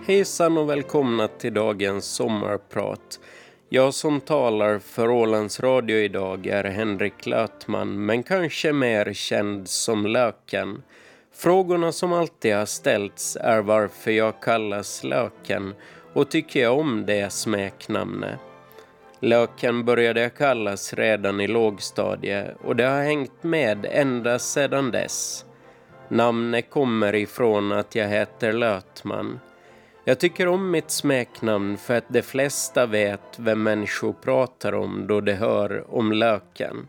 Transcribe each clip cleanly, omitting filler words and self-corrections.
Hejsan och välkomna till dagens sommarprat. Jag som talar för Ålands Radio idag är Henrik Lötman, men kanske mer känd som Löken. Frågorna som alltid har ställts är varför jag kallas Löken och tycker jag om det smeknamnet. Löken började jag kallas redan i lågstadiet och det har hängt med ända sedan dess. Namnet kommer ifrån att jag heter Lötman. Jag tycker om mitt smeknamn för att de flesta vet vem människor pratar om då de hör om Löken.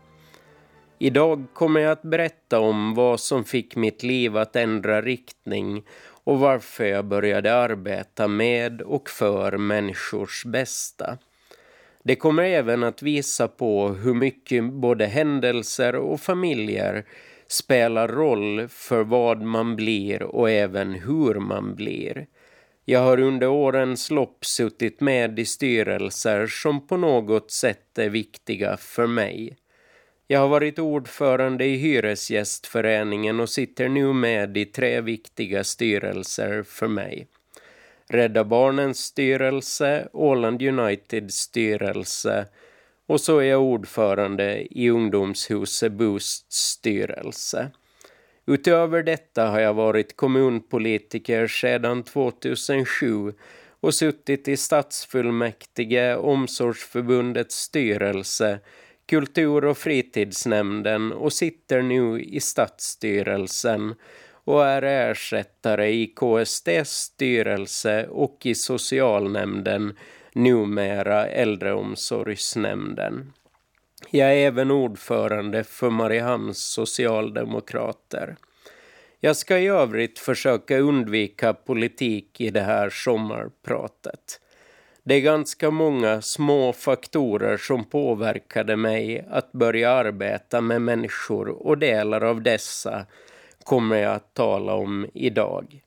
Idag kommer jag att berätta om vad som fick mitt liv att ändra riktning och varför jag började arbeta med och för människors bästa. Det kommer även att visa på hur mycket både händelser och familjer spelar roll för vad man blir och även hur man blir. Jag har under årens lopp suttit med i styrelser som på något sätt är viktiga för mig. Jag har varit ordförande i Hyresgästföreningen och sitter nu med i 3 viktiga styrelser för mig. Rädda Barnens styrelse, Åland Uniteds styrelse och så är jag ordförande i Ungdomshuset Boosts styrelse. Utöver detta har jag varit kommunpolitiker sedan 2007 och suttit i stadsfullmäktige, Omsorgsförbundets styrelse, kultur- och fritidsnämnden och sitter nu i stadsstyrelsen och är ersättare i KSTs styrelse och i socialnämnden, numera äldreomsorgsnämnden. Jag är även ordförande för Mariehamns socialdemokrater. Jag ska i övrigt försöka undvika politik i det här sommarpratet. Det är ganska många små faktorer som påverkade mig att börja arbeta med människor och delar av dessa kommer jag att tala om idag.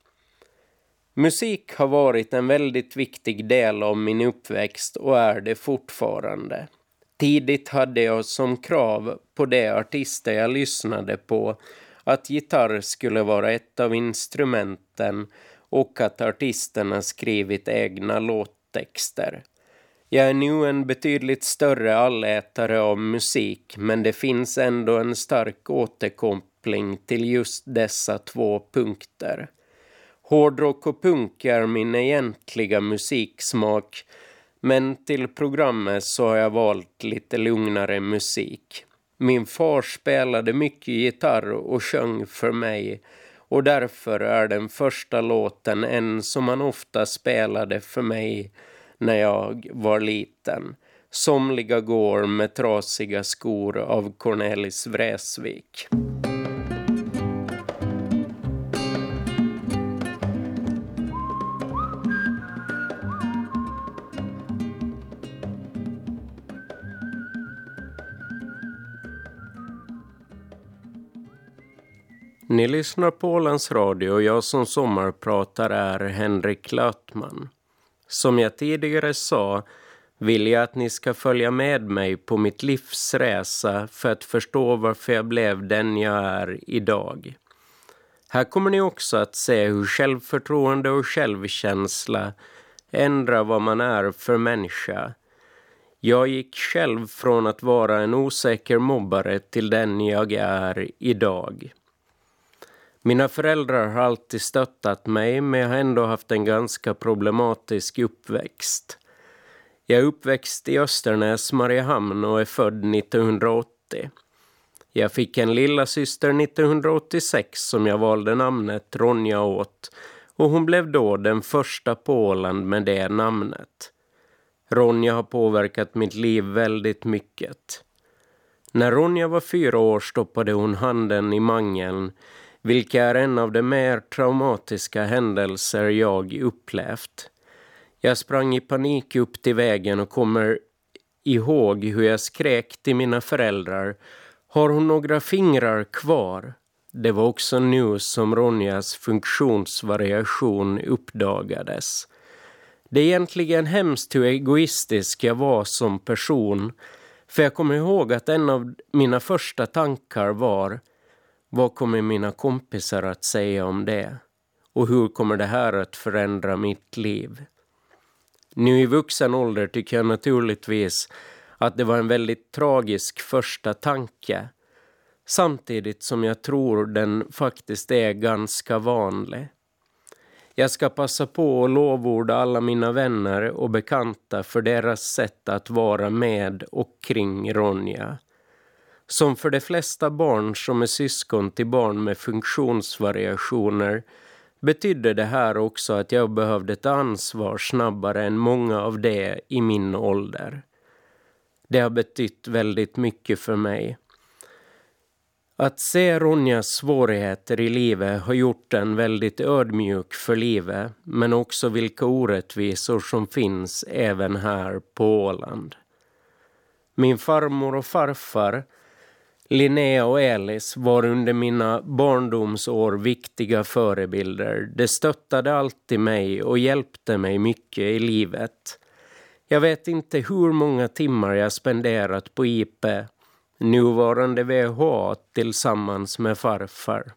Musik har varit en väldigt viktig del av min uppväxt och är det fortfarande. Tidigt hade jag som krav på de artister jag lyssnade på att gitarr skulle vara ett av instrumenten och att artisterna skrivit egna låttexter. Jag är nu en betydligt större allätare av musik, men det finns ändå en stark återkoppling till just dessa 2 punkter. Hårdrock och punk är min egentliga musiksmak, men till programmet så har jag valt lite lugnare musik. Min far spelade mycket gitarr och sjöng för mig och därför är den första låten en som han ofta spelade för mig när jag var liten. Somliga går med trasiga skor av Cornelis Vreeswijk. Ni lyssnar på Ålands Radio och jag som sommarpratar är Henrik Lötman. Som jag tidigare sa vill jag att ni ska följa med mig på mitt livsresa för att förstå varför jag blev den jag är idag. Här kommer ni också att se hur självförtroende och självkänsla ändrar vad man är för människa. Jag gick själv från att vara en osäker mobbare till den jag är idag. Mina föräldrar har alltid stöttat mig, men jag har ändå haft en ganska problematisk uppväxt. Jag är uppväxt i Östernäs, Mariehamn och är född 1980. Jag fick en lilla syster 1986 som jag valde namnet Ronja åt och hon blev då den första på Åland med det namnet. Ronja har påverkat mitt liv väldigt mycket. När Ronja var 4 år stoppade hon handen i mangeln, vilket är en av de mer traumatiska händelser jag upplevt. Jag sprang i panik upp till vägen och kommer ihåg hur jag skrek till mina föräldrar: "Har hon några fingrar kvar?" Det var också nu som Ronjas funktionsvariation uppdagades. Det är egentligen hemskt hur egoistisk jag var som person, för jag kommer ihåg att en av mina första tankar var: vad kommer mina kompisar att säga om det? och hur kommer det här att förändra mitt liv? Nu i vuxen ålder tycker jag naturligtvis att det var en väldigt tragisk första tanke. Samtidigt som jag tror den faktiskt är ganska vanlig. Jag ska passa på att lovorda alla mina vänner och bekanta för deras sätt att vara med och kring Ronja. Som för de flesta barn som är syskon till barn med funktionsvariationer betydde det här också att jag behövde ta ansvar snabbare än många av det i min ålder. Det har betytt väldigt mycket för mig. Att se Ronjas svårigheter i livet har gjort den väldigt ödmjuk för livet, men också vilka orättvisor som finns även här på Åland. Min farmor och farfar, Linnea och Elis, var under mina barndomsår viktiga förebilder. De stöttade alltid mig och hjälpte mig mycket i livet. Jag vet inte hur många timmar jag spenderat på IP, nuvarande VH, tillsammans med farfar.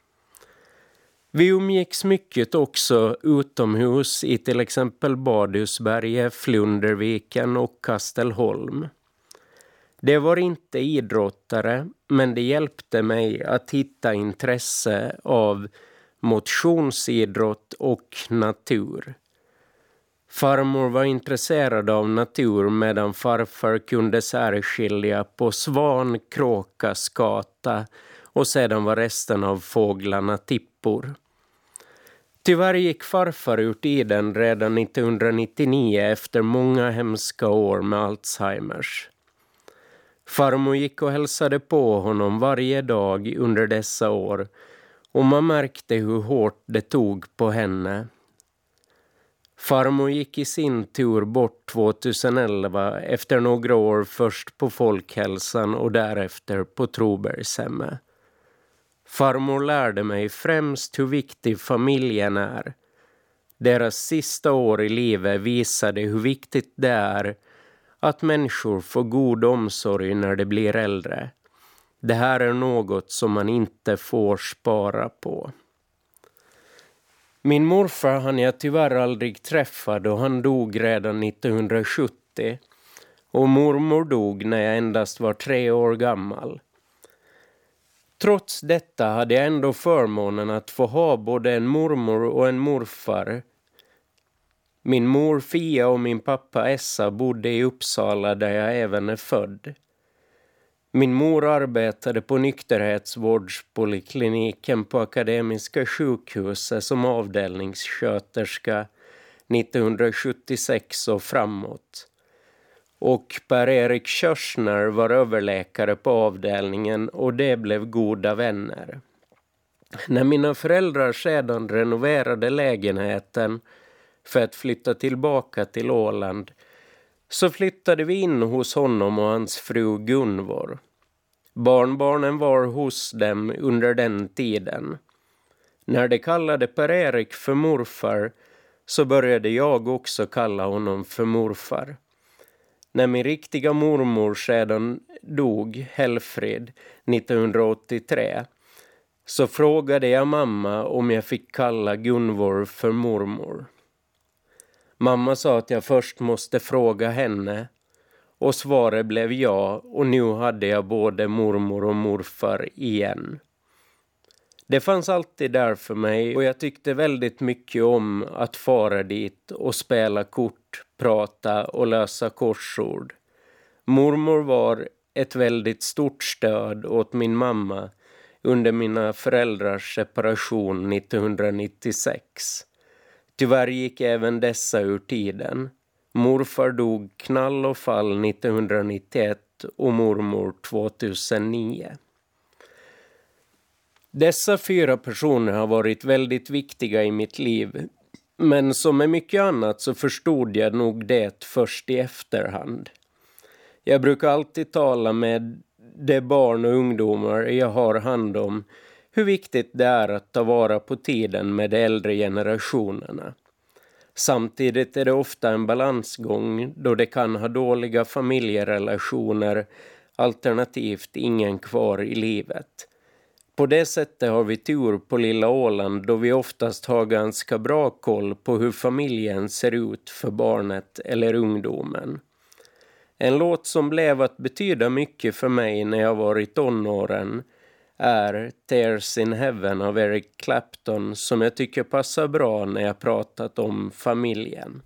Vi umgicks mycket också utomhus i till exempel Badhusberget, Flunderviken och Kastelholm. Det var inte idrottare, men det hjälpte mig att hitta intresse av motionsidrott och natur. Farmor var intresserad av natur medan farfar kunde särskilja på svan, kråka, skata och sedan var resten av fåglarna tippor. Tyvärr gick farfar ur tiden redan 1999 efter många hemska år med Alzheimers. Farmor gick och hälsade på honom varje dag under dessa år och man märkte hur hårt det tog på henne. Farmor gick i sin tur bort 2011 efter några år först på Folkhälsan och därefter på Trobergshemmet. Farmor lärde mig främst hur viktig familjen är. Deras sista år i livet visade hur viktigt det är att människor får god omsorg när de blir äldre. Det här är något som man inte får spara på. Min morfar hann jag tyvärr aldrig träffa då han dog redan 1970 och mormor dog när jag endast var 3 år gammal. Trots detta hade jag ändå förmånen att få ha både en mormor och en morfar. Min mor Fia och min pappa Essa bodde i Uppsala där jag även är född. Min mor arbetade på nykterhetsvårdspolikliniken på Akademiska sjukhuset som avdelningssköterska 1976 och framåt. Och Per-Erik Körsner var överläkare på avdelningen och det blev goda vänner. När mina föräldrar sedan renoverade lägenheten för att flytta tillbaka till Åland så flyttade vi in hos honom och hans fru Gunvor. Barnbarnen var hos dem under den tiden. När de kallade Per-Erik för morfar så började jag också kalla honom för morfar. När min riktiga mormor sedan dog, Helfrid, 1983 så frågade jag mamma om jag fick kalla Gunvor för mormor. Mamma sa att jag först måste fråga henne och svaret blev ja och nu hade jag både mormor och morfar igen. Det fanns alltid där för mig och jag tyckte väldigt mycket om att fara dit och spela kort, prata och lösa korsord. Mormor var ett väldigt stort stöd åt min mamma under mina föräldrars separation 1996. Tyvärr gick även dessa ur tiden. Morfar dog knall och fall 1991 och mormor 2009. Dessa 4 personer har varit väldigt viktiga i mitt liv. Men som med mycket annat så förstod jag nog det först i efterhand. Jag brukar alltid tala med de barn och ungdomar jag har hand om hur viktigt det är att ta vara på tiden med de äldre generationerna. Samtidigt är det ofta en balansgång då det kan ha dåliga familjerelationer alternativt ingen kvar i livet. På det sättet har vi tur på lilla Åland då vi oftast har ganska bra koll på hur familjen ser ut för barnet eller ungdomen. En låt som blev att betyda mycket för mig när jag var i tonåren är Tears in Heaven av Eric Clapton, som jag tycker passar bra när jag pratat om familjen.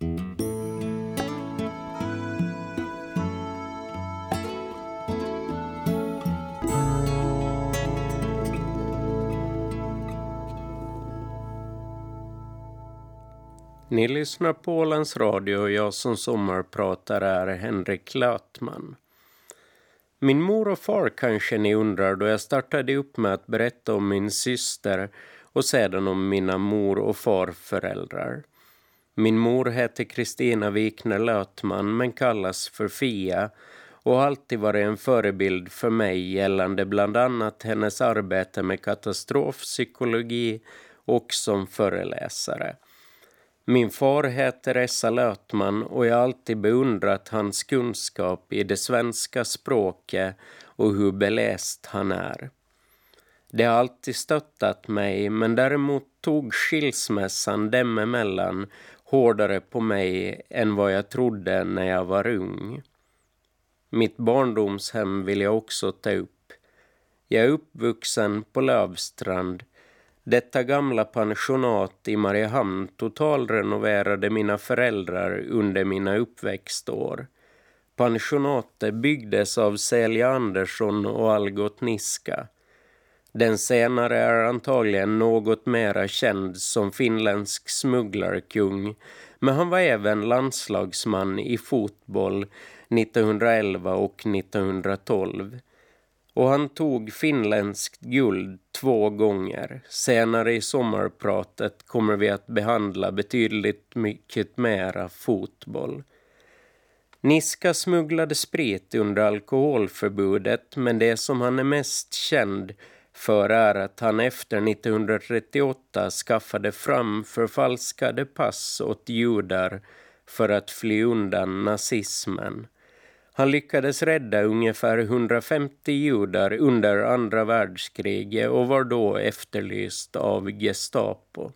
Ni lyssnar på Ålands Radio och jag som sommarpratar är Henrik Lötman. Min mor och far kanske ni undrar då jag startade upp med att berätta om min syster och sedan om mina mor- och farföräldrar. Min mor heter Kristina Wikner Lötman men kallas för Fia och har alltid varit en förebild för mig gällande bland annat hennes arbete med katastrofpsykologi och som föreläsare. Min far heter Essa Lötman och jag har alltid beundrat hans kunskap i det svenska språket och hur beläst han är. Det har alltid stöttat mig, men däremot tog skilsmässan dem emellan hårdare på mig än vad jag trodde när jag var ung. Mitt barndomshem vill jag också ta upp. Jag är uppvuxen på Lövstrand. Detta gamla pensionat i Mariehamn totalrenoverade mina föräldrar under mina uppväxtår. Pensionatet byggdes av Celia Andersson och Algot Niska. Den senare är antagligen något mera känd som finländsk smugglarkung, men han var även landslagsman i fotboll 1911 och 1912. Och han tog finländskt guld 2 gånger. Senare i sommarpratet kommer vi att behandla betydligt mycket mera fotboll. Niska smugglade sprit under alkoholförbudet, men det som han är mest känd för är att han efter 1938 skaffade fram förfalskade pass åt judar för att fly undan nazismen. Han lyckades rädda ungefär 150 judar under andra världskriget och var då efterlyst av Gestapo.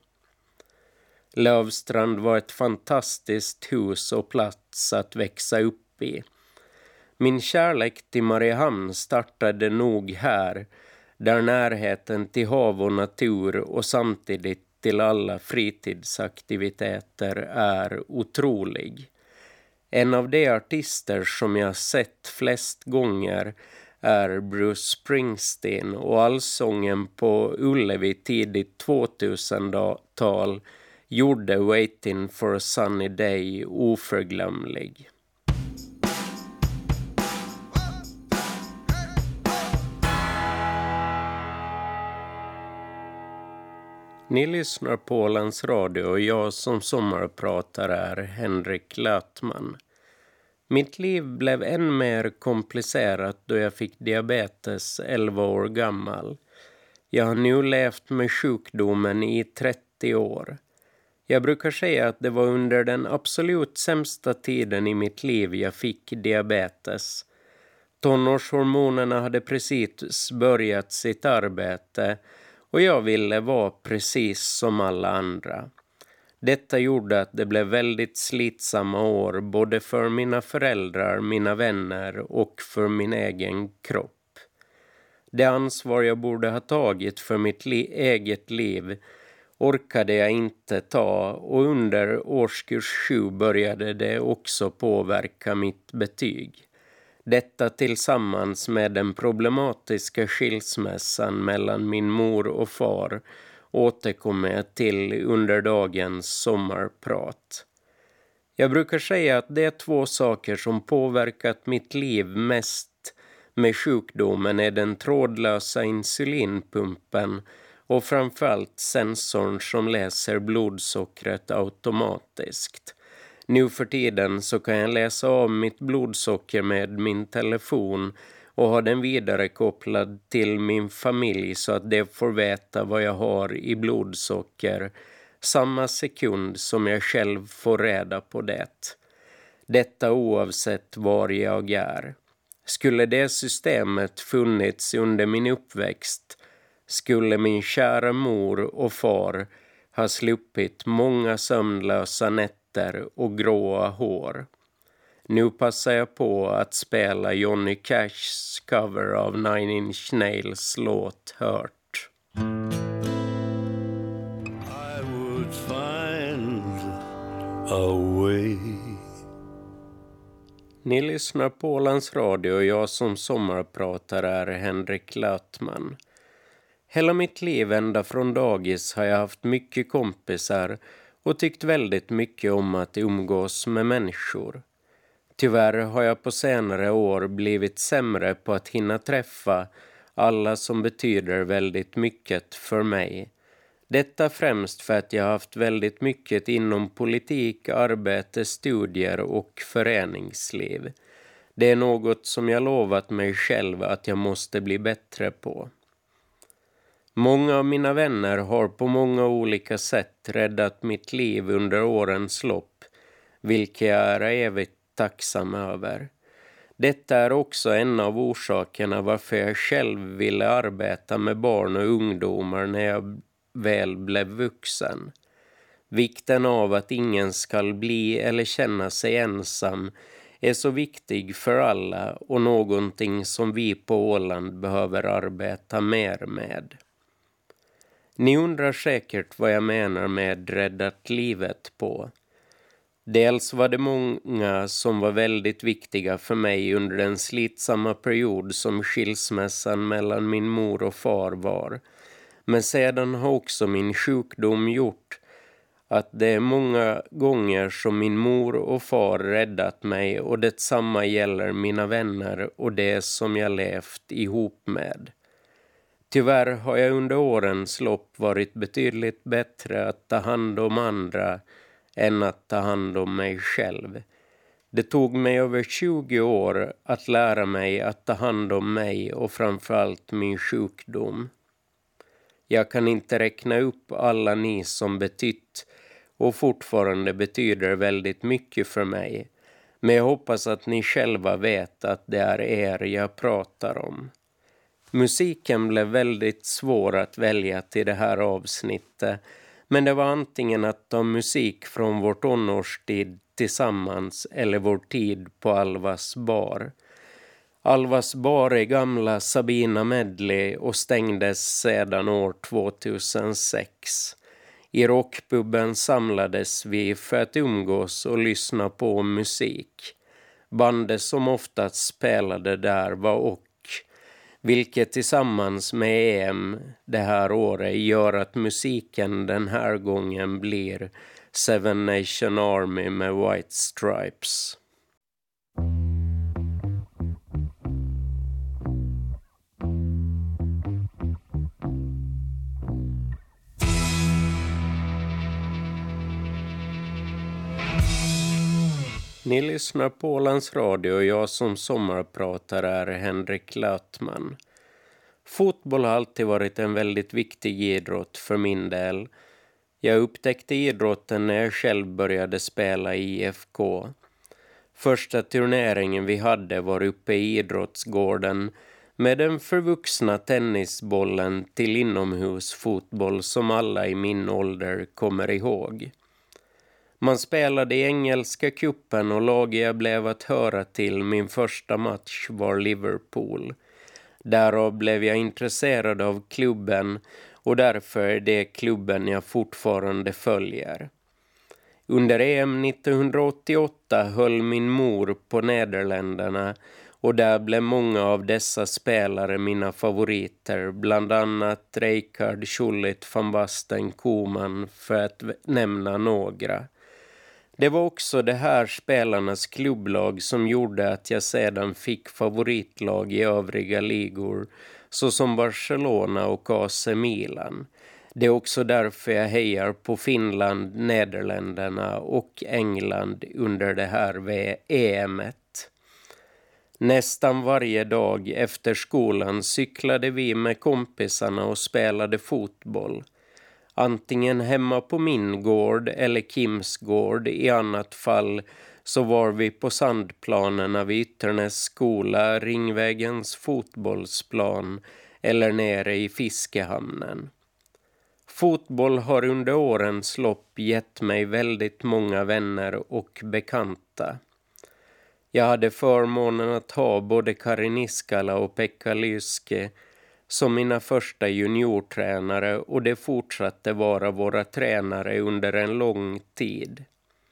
Lövstrand var ett fantastiskt hus och plats att växa upp i. Min kärlek till Mariehamn startade nog här, där närheten till hav och natur och samtidigt till alla fritidsaktiviteter är otrolig. En av de artister som jag sett flest gånger är Bruce Springsteen och allsången på Ullevi tidigt 2000-tal gjorde Waiting for a Sunny Day oförglömlig. Ni lyssnar på Ålands Radio och jag som sommarpratar är Henrik Lötman. Mitt liv blev än mer komplicerat då jag fick diabetes 11 år gammal. Jag har nu levt med sjukdomen i 30 år. Jag brukar säga att det var under den absolut sämsta tiden i mitt liv jag fick diabetes. Tonårshormonerna hade precis börjat sitt arbete och jag ville vara precis som alla andra. Detta gjorde att det blev väldigt slitsamma år både för mina föräldrar, mina vänner och för min egen kropp. Det ansvar jag borde ha tagit för mitt eget liv orkade jag inte ta och under årskurs 7 började det också påverka mitt betyg. Detta tillsammans med den problematiska skilsmässan mellan min mor och far återkommer jag till under dagens sommarprat. Jag brukar säga att det är 2 saker som påverkat mitt liv mest med sjukdomen är den trådlösa insulinpumpen och framförallt sensorn som läser blodsockret automatiskt. Nu för tiden så kan jag läsa av mitt blodsocker med min telefon och ha den vidare kopplad till min familj så att de får veta vad jag har i blodsocker samma sekund som jag själv får reda på det. Detta oavsett var jag är. Skulle det systemet funnits under min uppväxt skulle min kära mor och far ha sluppit många sömnlösa nätter och gråa hår. Nu passar jag på att spela Johnny Cashs cover av Nine Inch Nails låt Hurt. I would find a way. Ni lyssnar på Ålands Radio och jag som sommarpratare är Henrik Lötman. Hela mitt liv ända från dagis har jag haft mycket kompisar och tyckt väldigt mycket om att umgås med människor. Tyvärr har jag på senare år blivit sämre på att hinna träffa alla som betyder väldigt mycket för mig. Detta främst för att jag har haft väldigt mycket inom politik, arbete, studier och föreningsliv. Det är något som jag lovat mig själv att jag måste bli bättre på. Många av mina vänner har på många olika sätt räddat mitt liv under årens lopp, vilket jag är evigt tacksam över. Detta är också en av orsakerna varför jag själv ville arbeta med barn och ungdomar när jag väl blev vuxen. Vikten av att ingen ska bli eller känna sig ensam är så viktig för alla och någonting som vi på Åland behöver arbeta mer med. Ni undrar säkert vad jag menar med räddat livet på. Dels var det många som var väldigt viktiga för mig under den slitsamma period som skilsmässan mellan min mor och far var. Men sedan har också min sjukdom gjort att det är många gånger som min mor och far räddat mig och detsamma gäller mina vänner och det som jag levt ihop med. Tyvärr har jag under årens lopp varit betydligt bättre att ta hand om andra än att ta hand om mig själv. Det tog mig över 20 år att lära mig att ta hand om mig och framförallt min sjukdom. Jag kan inte räkna upp alla ni som betytt och fortfarande betyder väldigt mycket för mig. Men jag hoppas att ni själva vet att det är er jag pratar om. Musiken blev väldigt svår att välja till det här avsnittet. Men det var antingen att ta musik från vår tonårstid tillsammans eller vår tid på Alvas bar. Alvas bar är gamla Sabina Medley och stängdes sedan år 2006. I rockpubben samlades vi för att umgås och lyssna på musik. Bandet som oftast spelade där var Och, vilket tillsammans med EM det här året gör att musiken den här gången blir Seven Nation Army med White Stripes. Ni lyssnar på Ålands Radio och jag som sommarpratare är Henrik Lötman. Fotboll har alltid varit en väldigt viktig idrott för min del. Jag upptäckte idrotten när jag själv började spela i IFK. Första turneringen vi hade var uppe i idrottsgården med den förvuxna tennisbollen till inomhusfotboll som alla i min ålder kommer ihåg. Man spelade i engelska kuppen och laget jag blev att höra till min första match var Liverpool. Därav blev jag intresserad av klubben och därför är det klubben jag fortfarande följer. Under EM 1988 höll min mor på Nederländerna och där blev många av dessa spelare mina favoriter, bland annat Rijkaard, Schullit, Van Basten, Koeman för att nämna några. Det var också det här spelarnas klubblag som gjorde att jag sedan fick favoritlag i övriga ligor såsom Barcelona och AC Milan. Det är också därför jag hejar på Finland, Nederländerna och England under det här EM:et. Nästan varje dag efter skolan cyklade vi med kompisarna och spelade fotboll. Antingen hemma på min gård eller Kims gård, i annat fall så var vi på sandplanerna vid Ytternäs skola, Ringvägens fotbollsplan eller nere i fiskehamnen. Fotboll har under årens lopp gett mig väldigt många vänner och bekanta. Jag hade förmånen att ha både Kari Niskala och Pekka Lyske som mina första juniortränare, och det fortsatte vara våra tränare under en lång tid.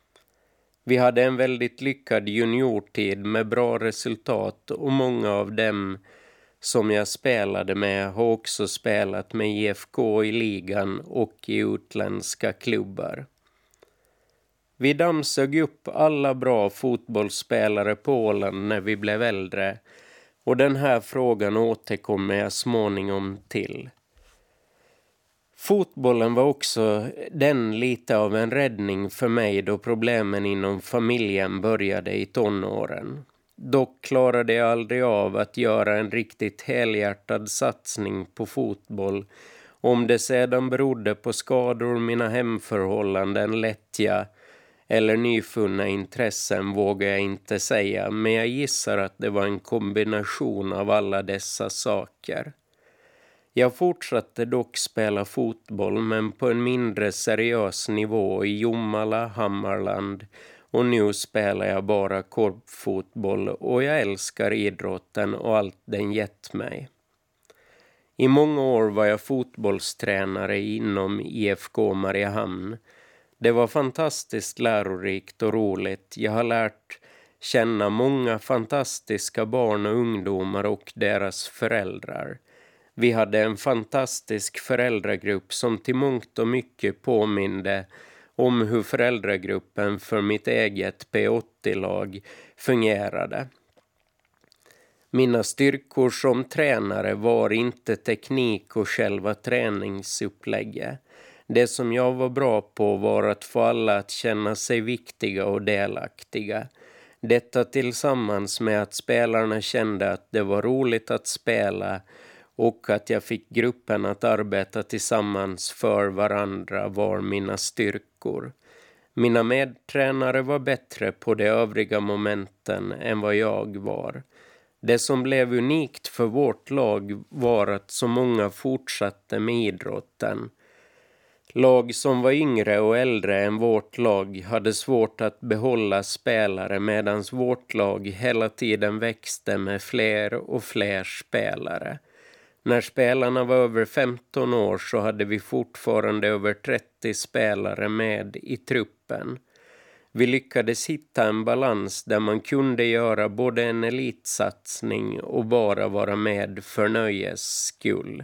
Vi hade en väldigt lyckad juniortid med bra resultat, och många av dem som jag spelade med har också spelat med IFK i ligan och i utländska klubbar. Vi dammsög upp alla bra fotbollsspelare på Åland när vi blev äldre, och den här frågan återkommer jag småningom till. Fotbollen var också den lite av en räddning för mig då problemen inom familjen började i tonåren. Dock klarade jag aldrig av att göra en riktigt helhjärtad satsning på fotboll. Om det sedan berodde på skador, mina hemförhållanden, lättja eller nyfunna intressen vågar jag inte säga, men jag gissar att det var en kombination av alla dessa saker. Jag fortsatte dock spela fotboll, men på en mindre seriös nivå i Jomala, Hammarland, och nu spelar jag bara korpfotboll, och jag älskar idrotten och allt den gett mig. I många år var jag fotbollstränare inom IFK Mariehamn. Det var fantastiskt lärorikt och roligt. Jag har lärt känna många fantastiska barn och ungdomar och deras föräldrar. Vi hade en fantastisk föräldragrupp som till mångt och mycket påminde om hur föräldragruppen för mitt eget P80-lag fungerade. Mina styrkor som tränare var inte teknik och själva träningsupplägget. Det som jag var bra på var att få alla att känna sig viktiga och delaktiga. Detta tillsammans med att spelarna kände att det var roligt att spela och att jag fick gruppen att arbeta tillsammans för varandra var mina styrkor. Mina medtränare var bättre på de övriga momenten än vad jag var. Det som blev unikt för vårt lag var att så många fortsatte med idrotten. Lag som var yngre och äldre än vårt lag hade svårt att behålla spelare, medan vårt lag hela tiden växte med fler och fler spelare. När spelarna var över 15 år så hade vi fortfarande över 30 spelare med i truppen. Vi lyckades hitta en balans där man kunde göra både en elitsatsning och bara vara med för nöjes skull.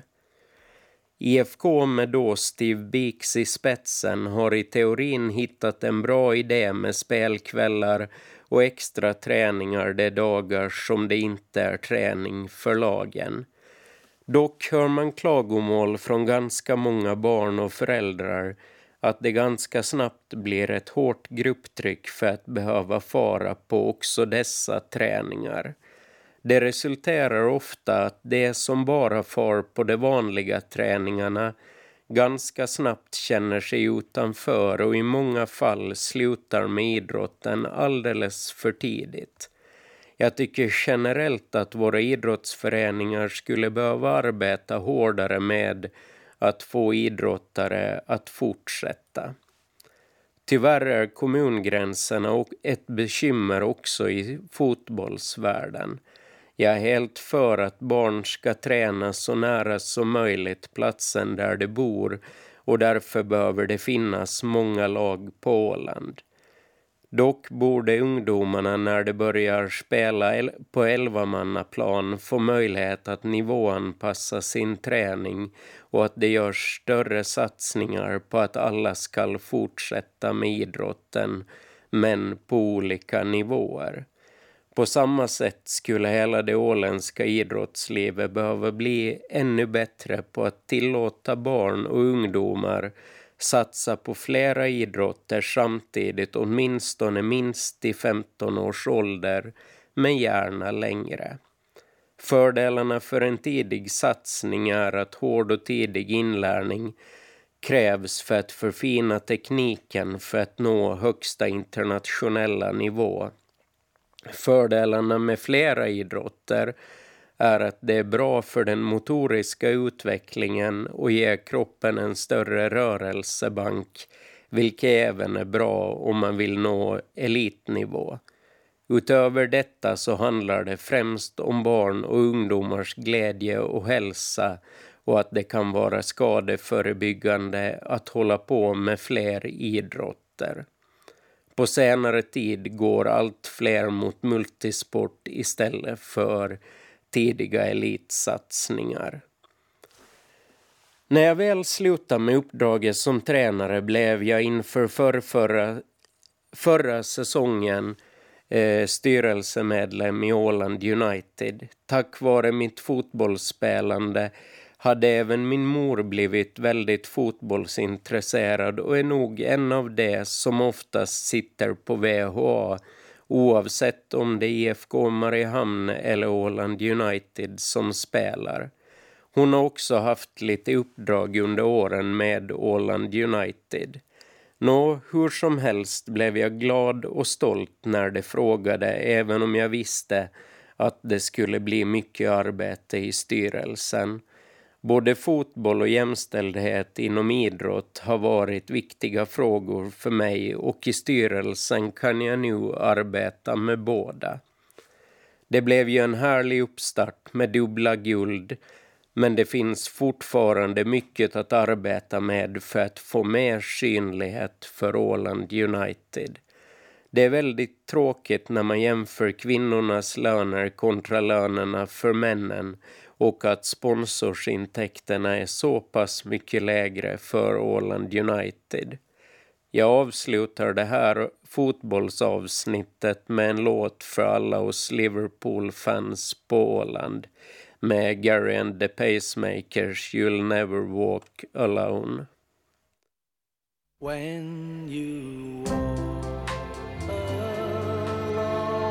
IFK med då Steve Beeks i spetsen har i teorin hittat en bra idé med spelkvällar och extra träningar de dagar som det inte är träning för lagen. Dock hör man klagomål från ganska många barn och föräldrar att det ganska snabbt blir ett hårt grupptryck för att behöva fara på också dessa träningar. Det resulterar ofta att det som bara far på de vanliga träningarna ganska snabbt känner sig utanför och i många fall slutar med idrotten alldeles för tidigt. Jag tycker generellt att våra idrottsföreningar skulle behöva arbeta hårdare med att få idrottare att fortsätta. Tyvärr är kommungränserna ett bekymmer också i fotbollsvärlden. Jag är helt för att barn ska träna så nära som möjligt platsen där de bor, och därför behöver det finnas många lag på Åland. Dock borde ungdomarna när de börjar spela på 11-mannaplan få möjlighet att nivåanpassa sin träning och att det görs större satsningar på att alla ska fortsätta med idrotten, men på olika nivåer. På samma sätt skulle hela det åländska idrottslivet behöva bli ännu bättre på att tillåta barn och ungdomar satsa på flera idrotter samtidigt, åtminstone minst i 15 års ålder, men gärna längre. Fördelarna för en tidig satsning är att hård och tidig inlärning krävs för att förfina tekniken för att nå högsta internationella nivå. Fördelarna med flera idrotter är att det är bra för den motoriska utvecklingen och ger kroppen en större rörelsebank, vilket även är bra om man vill nå elitnivå. Utöver detta så handlar det främst om barn och ungdomars glädje och hälsa och att det kan vara skadeförebyggande att hålla på med fler idrotter. På senare tid går allt fler mot multisport istället för tidiga elitsatsningar. När jag väl slutade med uppdraget som tränare blev jag inför förra säsongen styrelsemedlem i Åland United. Tack vare mitt fotbollsspelande hade även min mor blivit väldigt fotbollsintresserad och är nog en av de som oftast sitter på VHA, oavsett om det är IFK Mariehamn eller Åland United som spelar. Hon har också haft lite uppdrag under åren med Åland United. Hur som helst blev jag glad och stolt när de frågade, även om jag visste att det skulle bli mycket arbete i styrelsen. Både fotboll och jämställdhet inom idrott har varit viktiga frågor för mig och i styrelsen kan jag nu arbeta med båda. Det blev ju en härlig uppstart med dubbla guld, men det finns fortfarande mycket att arbeta med för att få mer synlighet för Åland United. Det är väldigt tråkigt när man jämför kvinnornas löner kontra lönerna för männen och att sponsorsintäkterna är så pass mycket lägre för Åland United. Jag avslutar det här fotbollsavsnittet med en låt för alla oss Liverpool-fans på Åland med Gary and the Pacemakers You'll Never Walk Alone. When you walk alone,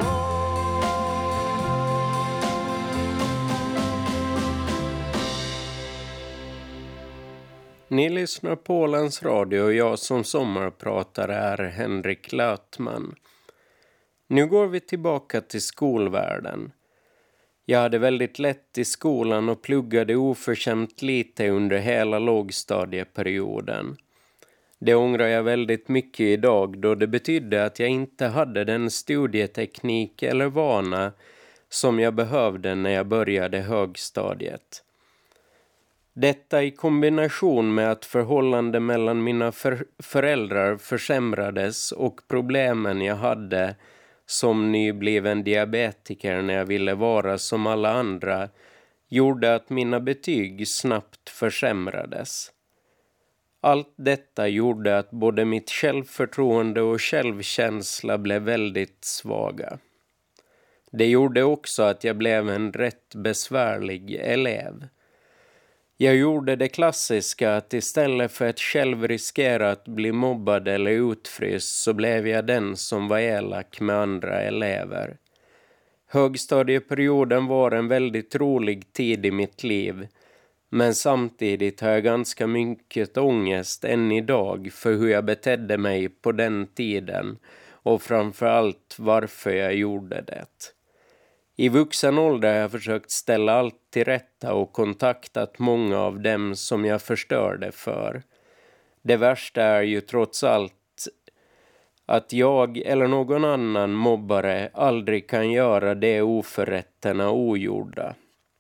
Ni lyssnar på Ålands Radio och jag som sommarpratare är Henrik Lötman. Nu går vi tillbaka till skolvärlden. Jag hade väldigt lätt i skolan och pluggade oförskämt lite under hela lågstadieperioden. Det ångrar jag väldigt mycket idag då det betydde att jag inte hade den studieteknik eller vana som jag behövde när jag började högstadiet. Detta i kombination med att förhållanden mellan mina föräldrar försämrades och problemen jag hade som nybliven diabetiker när jag ville vara som alla andra gjorde att mina betyg snabbt försämrades. Allt detta gjorde att både mitt självförtroende och självkänsla blev väldigt svaga. Det gjorde också att jag blev en rätt besvärlig elev. Jag gjorde det klassiska att istället för att själv riskera att bli mobbad eller utfryst så blev jag den som var elak med andra elever. Högstadieperioden var en väldigt rolig tid i mitt liv, men samtidigt har jag ganska mycket ångest än idag för hur jag betedde mig på den tiden och framförallt varför jag gjorde det. I vuxen ålder har jag försökt ställa allt till rätta och kontaktat många av dem som jag förstörde för. Det värsta är ju trots allt att jag eller någon annan mobbare aldrig kan göra de oförrätterna ogjorda.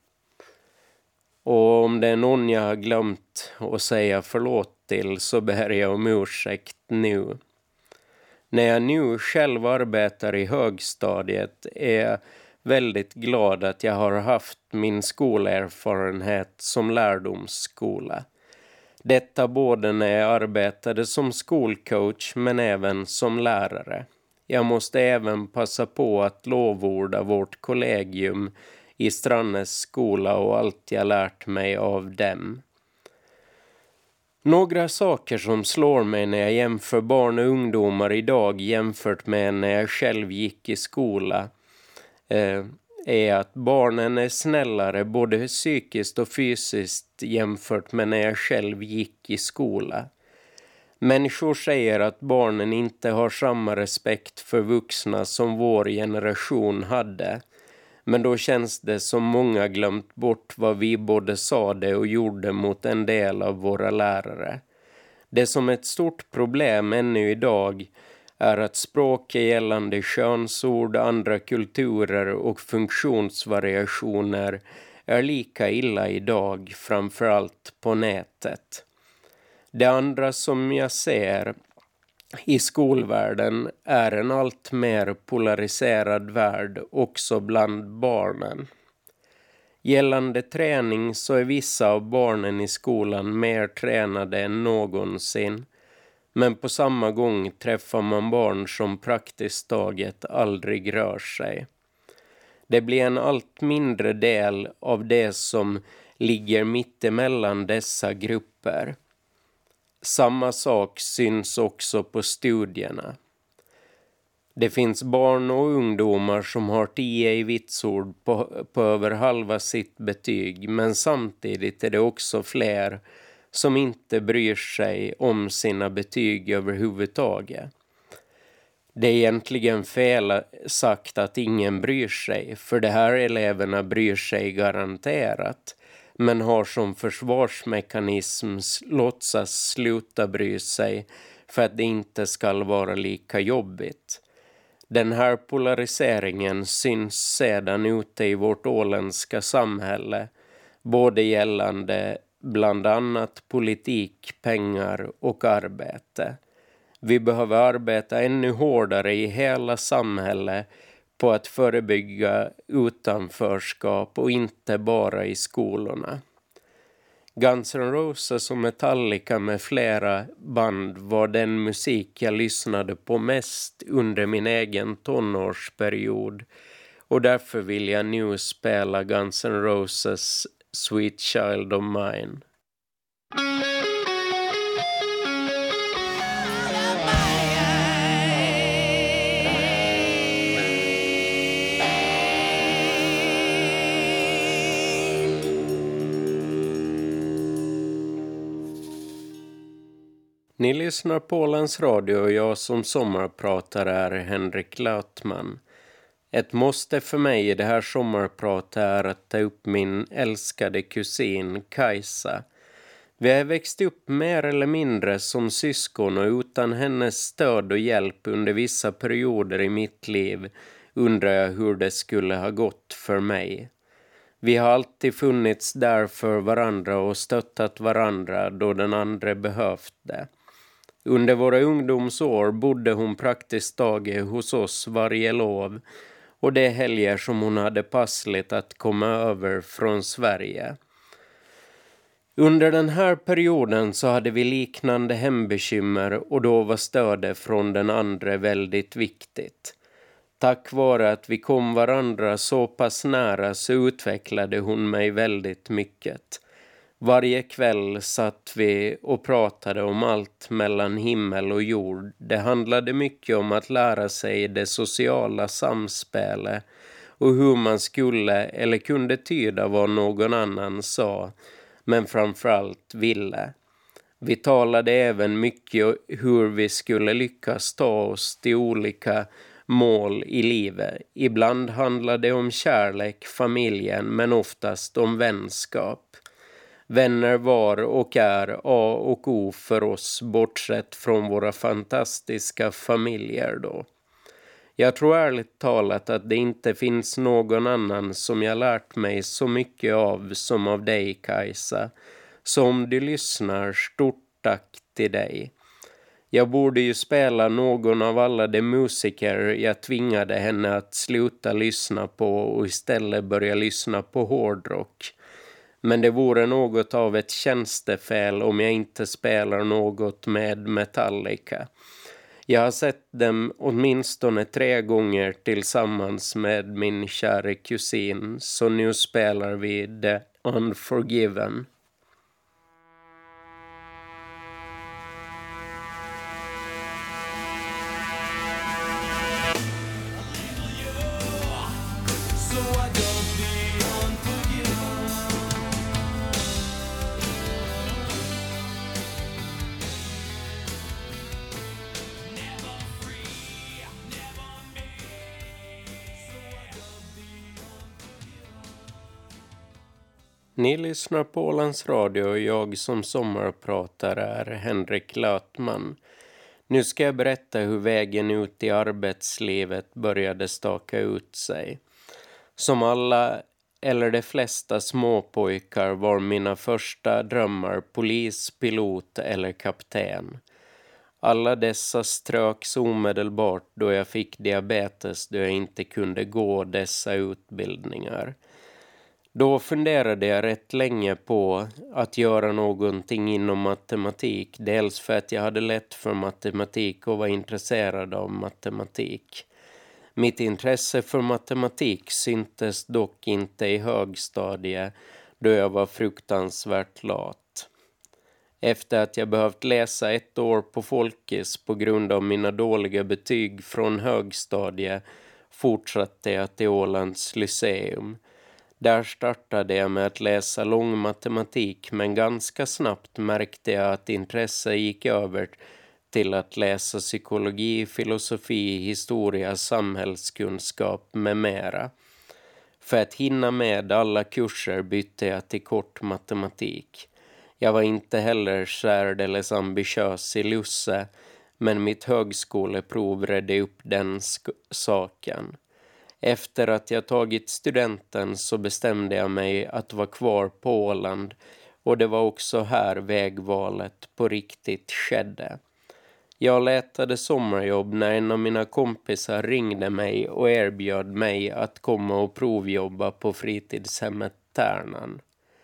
Och om det är någon jag har glömt att säga förlåt till så ber jag om ursäkt nu. När jag nu själv arbetar i högstadiet är jag väldigt glad att jag har haft min skolerfarenhet som lärdomsskola. Detta både när jag arbetade som skolcoach men även som lärare. Jag måste även passa på att lovorda vårt kollegium i Strannes skola och allt jag lärt mig av dem. Några saker som slår mig när jag jämför barn och ungdomar idag jämfört med när jag själv gick i skola är att barnen är snällare både psykiskt och fysiskt jämfört med när jag själv gick i skola. Människor säger att barnen inte har samma respekt för vuxna som vår generation hade. Men då känns det som många glömt bort vad vi både sade och gjorde mot en del av våra lärare. Det som är ett stort problem ännu idag är att språket gällande könsord, andra kulturer och funktionsvariationer är lika illa idag, framförallt på nätet. Det andra som jag ser i skolvärlden är en allt mer polariserad värld också bland barnen. Gällande träning så är vissa av barnen i skolan mer tränade än någonsin. Men på samma gång träffar man barn som praktiskt taget aldrig rör sig. Det blir en allt mindre del av det som ligger mittemellan dessa grupper. Samma sak syns också på studierna. Det finns barn och ungdomar som har 10 i vitsord på över halva sitt betyg, men samtidigt är det också fler som inte bryr sig om sina betyg överhuvudtaget. Det är egentligen fel sagt att ingen bryr sig, för de här eleverna bryr sig garanterat, men har som försvarsmekanism låtsas sluta bry sig för att det inte ska vara lika jobbigt. Den här polariseringen syns sedan ute i vårt åländska samhälle, både gällande bland annat politik, pengar och arbete. Vi behöver arbeta ännu hårdare i hela samhället på att förebygga utanförskap och inte bara i skolorna. Guns N' Roses och Metallica med flera band var den musik jag lyssnade på mest under min egen tonårsperiod, och därför vill jag nu spela Guns N' Roses Sweet Child of Mine. Ni lyssnar på Ålands Radio och jag som sommarpratar är Henrik Lötman. Ett måste för mig i det här sommarpratet är att ta upp min älskade kusin Kajsa. Vi har växt upp mer eller mindre som syskon, och utan hennes stöd och hjälp under vissa perioder i mitt liv undrar jag hur det skulle ha gått för mig. Vi har alltid funnits där för varandra och stöttat varandra då den andra behövt det. Under våra ungdomsår bodde hon praktiskt taget hos oss varje lov, och det helger som hon hade passligt att komma över från Sverige. Under den här perioden så hade vi liknande hembekymmer, och då var stödet från den andra väldigt viktigt. Tack vare att vi kom varandra så pass nära så utvecklade hon mig väldigt mycket. Varje kväll satt vi och pratade om allt mellan himmel och jord. Det handlade mycket om att lära sig det sociala samspelet och hur man skulle eller kunde tyda vad någon annan sa, men framförallt ville. Vi talade även mycket om hur vi skulle lyckas ta oss till olika mål i livet. Ibland handlade det om kärlek, familjen, men oftast om vänskap. Vänner var och är A och O för oss, bortsett från våra fantastiska familjer då. Jag tror ärligt talat att det inte finns någon annan som jag lärt mig så mycket av som av dig, Kajsa. Så om du lyssnar, stort tack till dig. Jag borde ju spela någon av alla de musiker jag tvingade henne att sluta lyssna på och istället börja lyssna på hårdrock. Men det vore något av ett tjänstefel om jag inte spelar något med Metallica. Jag har sett dem åtminstone 3 gånger tillsammans med min kära kusin, så nu spelar vi The Unforgiven. Ni lyssnar på Ålands Radio och jag som sommarpratar är Henrik Lötman. Nu ska jag berätta hur vägen ut i arbetslivet började staka ut sig. Som alla eller de flesta småpojkar var mina första drömmar polis, pilot eller kapten. Alla dessa ströks omedelbart då jag fick diabetes då jag inte kunde gå dessa utbildningar. Då funderade jag rätt länge på att göra någonting inom matematik. Dels för att jag hade lätt för matematik och var intresserad av matematik. Mitt intresse för matematik syntes dock inte i högstadiet då jag var fruktansvärt lat. Efter att jag behövt läsa 1 år på Folkis på grund av mina dåliga betyg från högstadiet fortsatte jag till Ålands Lyceum. Där startade jag med att läsa lång matematik, men ganska snabbt märkte jag att intresse gick över till att läsa psykologi, filosofi, historia, samhällskunskap med mera. För att hinna med alla kurser bytte jag till kort matematik. Jag var inte heller särdeles ambitiös i Lusse, men mitt högskoleprov redde upp den saken. Efter att jag tagit studenten så bestämde jag mig att vara kvar på Åland, och det var också här vägvalet på riktigt skedde. Jag letade sommarjobb när en av mina kompisar ringde mig och erbjöd mig att komma och provjobba på fritidshemmet Tärnan.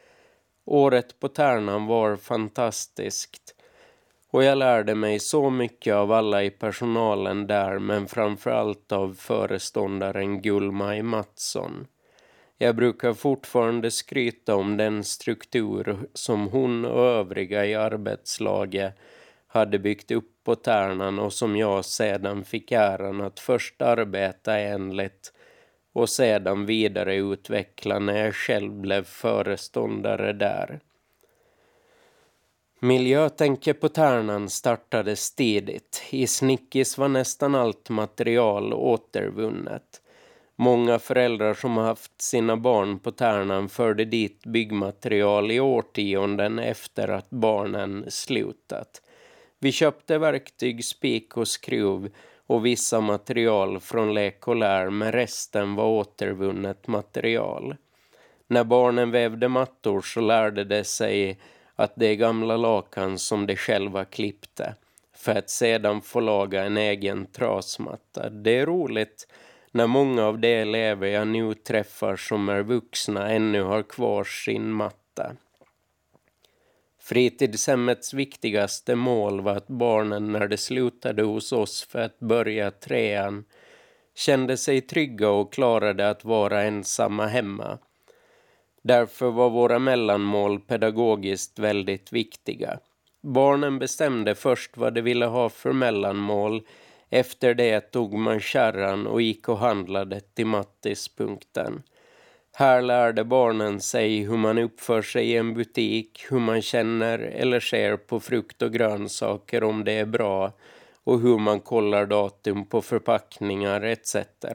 Året på Tärnan var fantastiskt och jag lärde mig så mycket av alla i personalen där, men framförallt av föreståndaren Gullmaj Mattsson. Jag brukar fortfarande skryta om den struktur som hon och övriga i arbetslaget hade byggt upp på Tärnan och som jag sedan fick äran att först arbeta enligt och sedan vidare utveckla när jag själv blev föreståndare där. Miljötänke på Tärnan startade tidigt. I Snickis var nästan allt material återvunnet. Många föräldrar som har haft sina barn på Tärnan förde dit byggmaterial i årtionden efter att barnen slutat. Vi köpte verktyg, spik och skruv och vissa material från lek och lär, men resten var återvunnet material. När barnen vävde mattor så lärde de sig att det är gamla lakan som de själva klippte, för att sedan få laga en egen trasmatta. Det är roligt när många av de elever jag nu träffar som är vuxna ännu har kvar sin matta. Fritidshemmets viktigaste mål var att barnen när de slutade hos oss för att börja 3:an kände sig trygga och klarade att vara ensamma hemma. Därför var våra mellanmål pedagogiskt väldigt viktiga. Barnen bestämde först vad de ville ha för mellanmål. Efter det tog man kärran och gick och handlade till Mattispunkten. Här lärde barnen sig hur man uppför sig i en butik, hur man känner eller ser på frukt och grönsaker om det är bra och hur man kollar datum på förpackningar etc.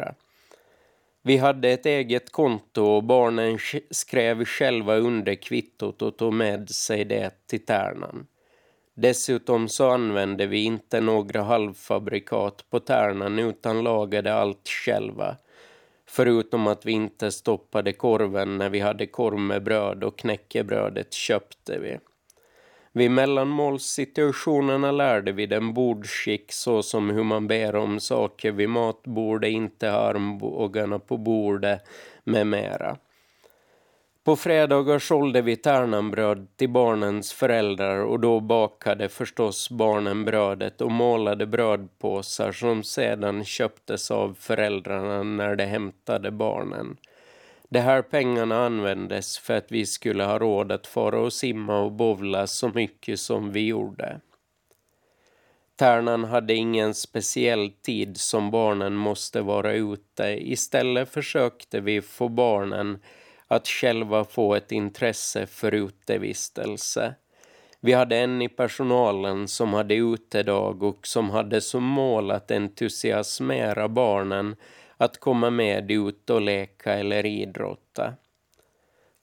Vi hade ett eget konto och barnen skrev själva under kvittot och tog med sig det till Tärnan. Dessutom så använde vi inte några halvfabrikat på Tärnan utan lagade allt själva. Förutom att vi inte stoppade korven när vi hade korv med bröd och knäckebrödet köpte vi. Vid mellanmålssituationerna lärde vi den bordskick så som hur man ber om saker vid matbordet, inte armbågarna på bordet med mera. På fredagar sålde vi tärnanbröd till barnens föräldrar och då bakade förstås barnen brödet och målade brödpåsar som sedan köptes av föräldrarna när de hämtade barnen. De här pengarna användes för att vi skulle ha råd att fara och simma och bowla så mycket som vi gjorde. Tärnan hade ingen speciell tid som barnen måste vara ute. Istället försökte vi få barnen att själva få ett intresse för utevistelse. Vi hade en i personalen som hade utedag och som hade som mål att entusiasmera barnen att komma med ut och leka eller idrotta.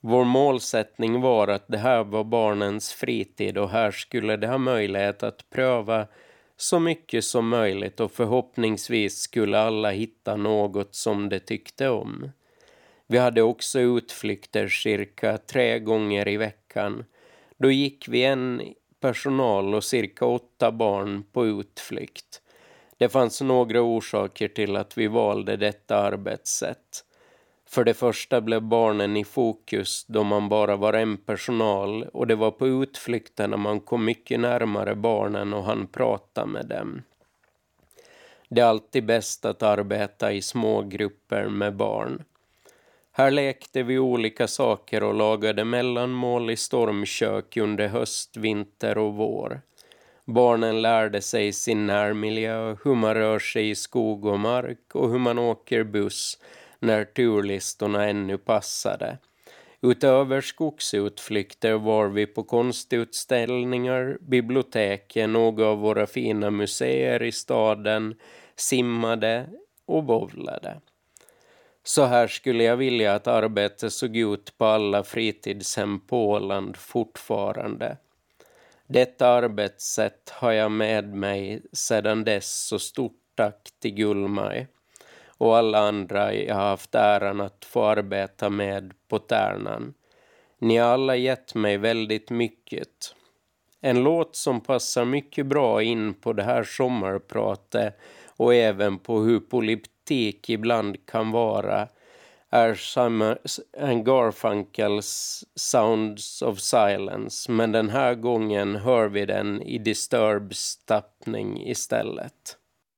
Vår målsättning var att det här var barnens fritid och här skulle de ha möjlighet att pröva så mycket som möjligt och förhoppningsvis skulle alla hitta något som de tyckte om. Vi hade också utflykter cirka 3 gånger i veckan. Då gick vi en personal och cirka 8 barn på utflykt. Det fanns några orsaker till att vi valde detta arbetssätt. För det första blev barnen i fokus då man bara var en personal och det var på utflykterna man kom mycket närmare barnen och han pratade med dem. Det är alltid bäst att arbeta i små grupper med barn. Här lekte vi olika saker och lagade mellanmål i stormkök under höst, vinter och vår. Barnen lärde sig sin närmiljö, hur man rör sig i skog och mark och hur man åker buss när turlistorna ännu passade. Utöver skogsutflykter var vi på konstutställningar, biblioteken, några av våra fina museer i staden, simmade och bowlade. Så här skulle jag vilja att arbetet såg ut på alla fritidshem på Åland fortfarande. Detta arbetssätt har jag med mig sedan dess, så stort tack till Gullmaj och alla andra jag har haft äran att få arbeta med på Tärnan. Ni har alla gett mig väldigt mycket. En låt som passar mycket bra in på det här sommarpratet och även på hur politik ibland kan vara är Simon & Garfunkels Sounds of Silence, men den här gången hör vi den i Disturbs tappning istället.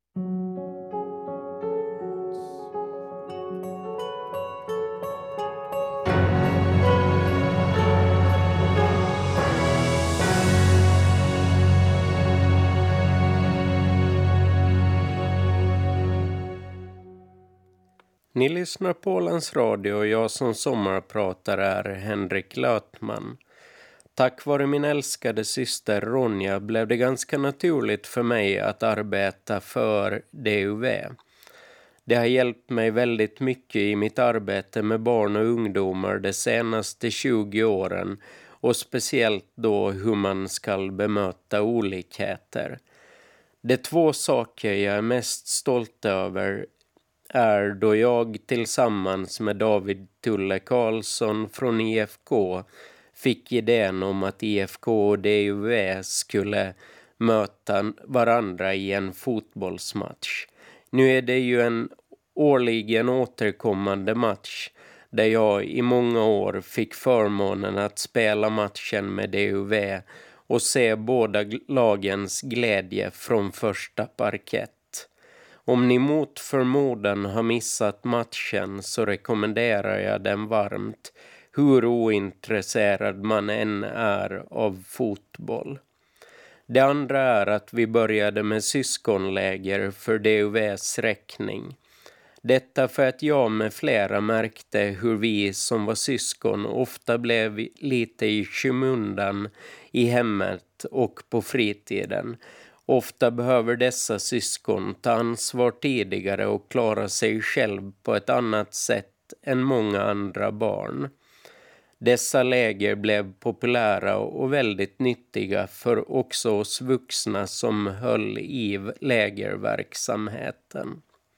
Ni lyssnar på Ålands Radio och jag som sommarpratare är Henrik Lötman. Tack vare min älskade syster Ronja blev det ganska naturligt för mig att arbeta för DUV. Det har hjälpt mig väldigt mycket i mitt arbete med barn och ungdomar de senaste 20 åren och speciellt då hur man ska bemöta olikheter. De 2 saker jag är mest stolt över är då jag tillsammans med David Tulle Karlsson från IFK fick idén om att IFK och DUV skulle möta varandra i en fotbollsmatch. Nu är det ju en årligen återkommande match där jag i många år fick förmånen att spela matchen med DUV och se båda lagens glädje från första parkett. Om ni mot förmodan har missat matchen så rekommenderar jag den varmt, hur ointresserad man än är av fotboll. Det andra är att vi började med syskonläger för DUVs räkning. Detta för att jag med flera märkte hur vi som var syskon ofta blev lite i skymundan i hemmet och på fritiden. Ofta behöver dessa syskon ta ansvar tidigare och klara sig själv på ett annat sätt än många andra barn. Dessa läger blev populära och väldigt nyttiga för också oss vuxna som höll i lägerverksamheten.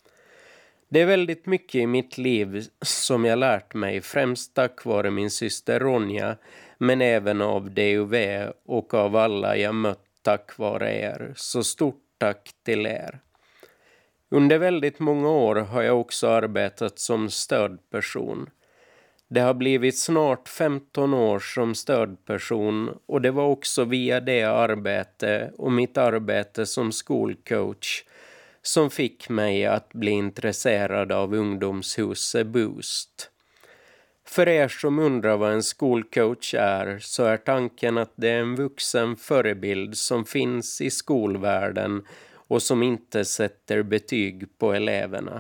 Det är väldigt mycket i mitt liv som jag lärt mig, främst tack vare min syster Ronja, men även av DUV och av alla jag mött tack vare er. Så stort tack till er. Under väldigt många år har jag också arbetat som stödperson. Det har blivit snart 15 år som stödperson och det var också via det arbete och mitt arbete som skolcoach som fick mig att bli intresserad av ungdomshuset Boost. För er som undrar vad en skolcoach är så är tanken att det är en vuxen förebild som finns i skolvärlden och som inte sätter betyg på eleverna.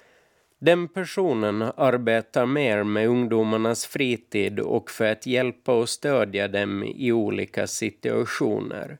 Den personen arbetar mer med ungdomarnas fritid och för att hjälpa och stödja dem i olika situationer.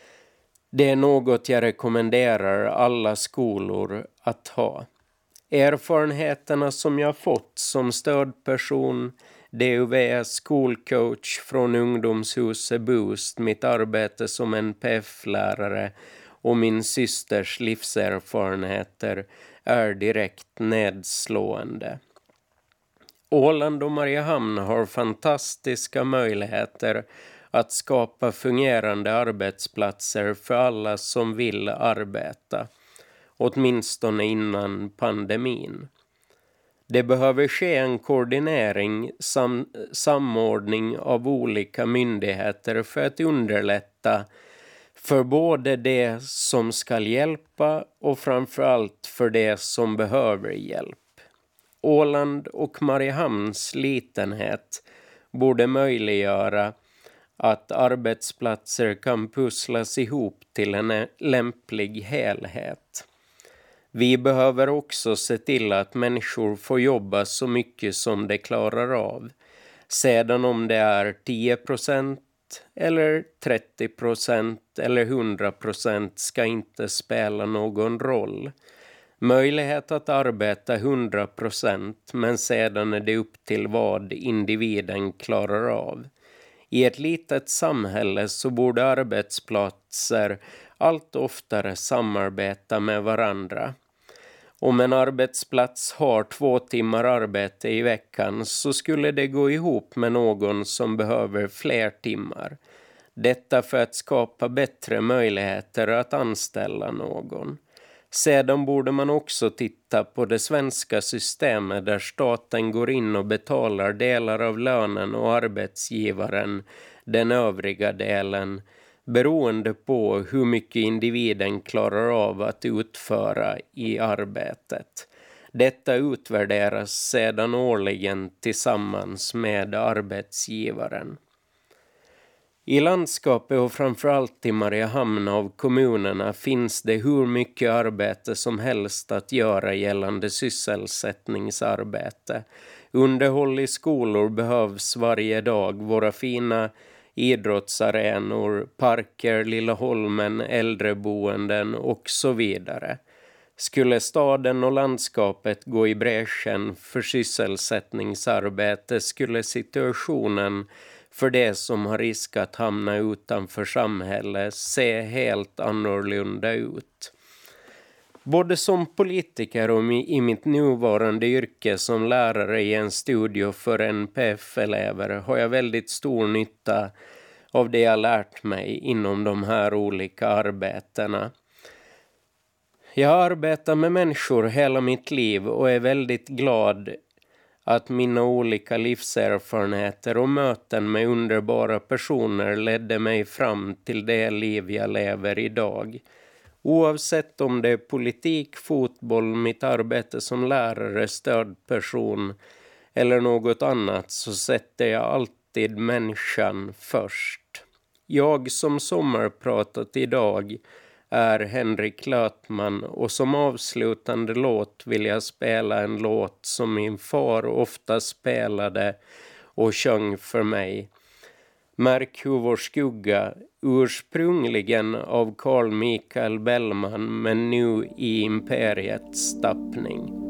Det är något jag rekommenderar alla skolor att ha. Erfarenheterna som jag fått som stödperson DUV skolcoach från ungdomshuset Boost, mitt arbete som NPF-lärare och min systers livserfarenheter är direkt nedslående. Åland och Mariehamn har fantastiska möjligheter att skapa fungerande arbetsplatser för alla som vill arbeta, åtminstone innan pandemin. Det behöver ske en koordinering, samordning av olika myndigheter för att underlätta för både det som ska hjälpa och framförallt för det som behöver hjälp. Åland och Mariehamns litenhet borde möjliggöra att arbetsplatser kan pusslas ihop till en lämplig helhet. Vi behöver också se till att människor får jobba så mycket som de klarar av. Sedan om det är 10% eller 30% eller 100% ska inte spela någon roll. Möjlighet att arbeta 100%, men sedan är det upp till vad individen klarar av. I ett litet samhälle så borde arbetsplatser allt oftare samarbeta med varandra. Om en arbetsplats har 2 timmar arbete i veckan så skulle det gå ihop med någon som behöver fler timmar. Detta för att skapa bättre möjligheter att anställa någon. Sedan borde man också titta på det svenska systemet där staten går in och betalar delar av lönen och arbetsgivaren den övriga delen, beroende på hur mycket individen klarar av att utföra i arbetet. Detta utvärderas sedan årligen tillsammans med arbetsgivaren. I landskapet och framförallt i Mariehamn av kommunerna finns det hur mycket arbete som helst att göra gällande sysselsättningsarbete. Underhåll i skolor behövs varje dag, våra fina idrottsarenor, parker, Lilla Holmen, äldreboenden och så vidare. Skulle staden och landskapet gå i bräschen för sysselsättningsarbete skulle situationen för det som har risk att hamna utanför samhället se helt annorlunda ut. Både som politiker och i mitt nuvarande yrke som lärare i en studio för NPF-elever har jag väldigt stor nytta av det jag lärt mig inom de här olika arbetena. Jag har arbetat med människor hela mitt liv och är väldigt glad att mina olika livserfarenheter och möten med underbara personer ledde mig fram till det liv jag lever idag. Oavsett om det är politik, fotboll, mitt arbete som lärare, stödperson eller något annat så sätter jag alltid människan först. Jag som sommarpratat idag är Henrik Lötman och som avslutande låt vill jag spela en låt som min far ofta spelade och sjöng för mig. Märk hur vår skugga, ursprungligen av Carl Michael Bellman men nu i imperiets tappning.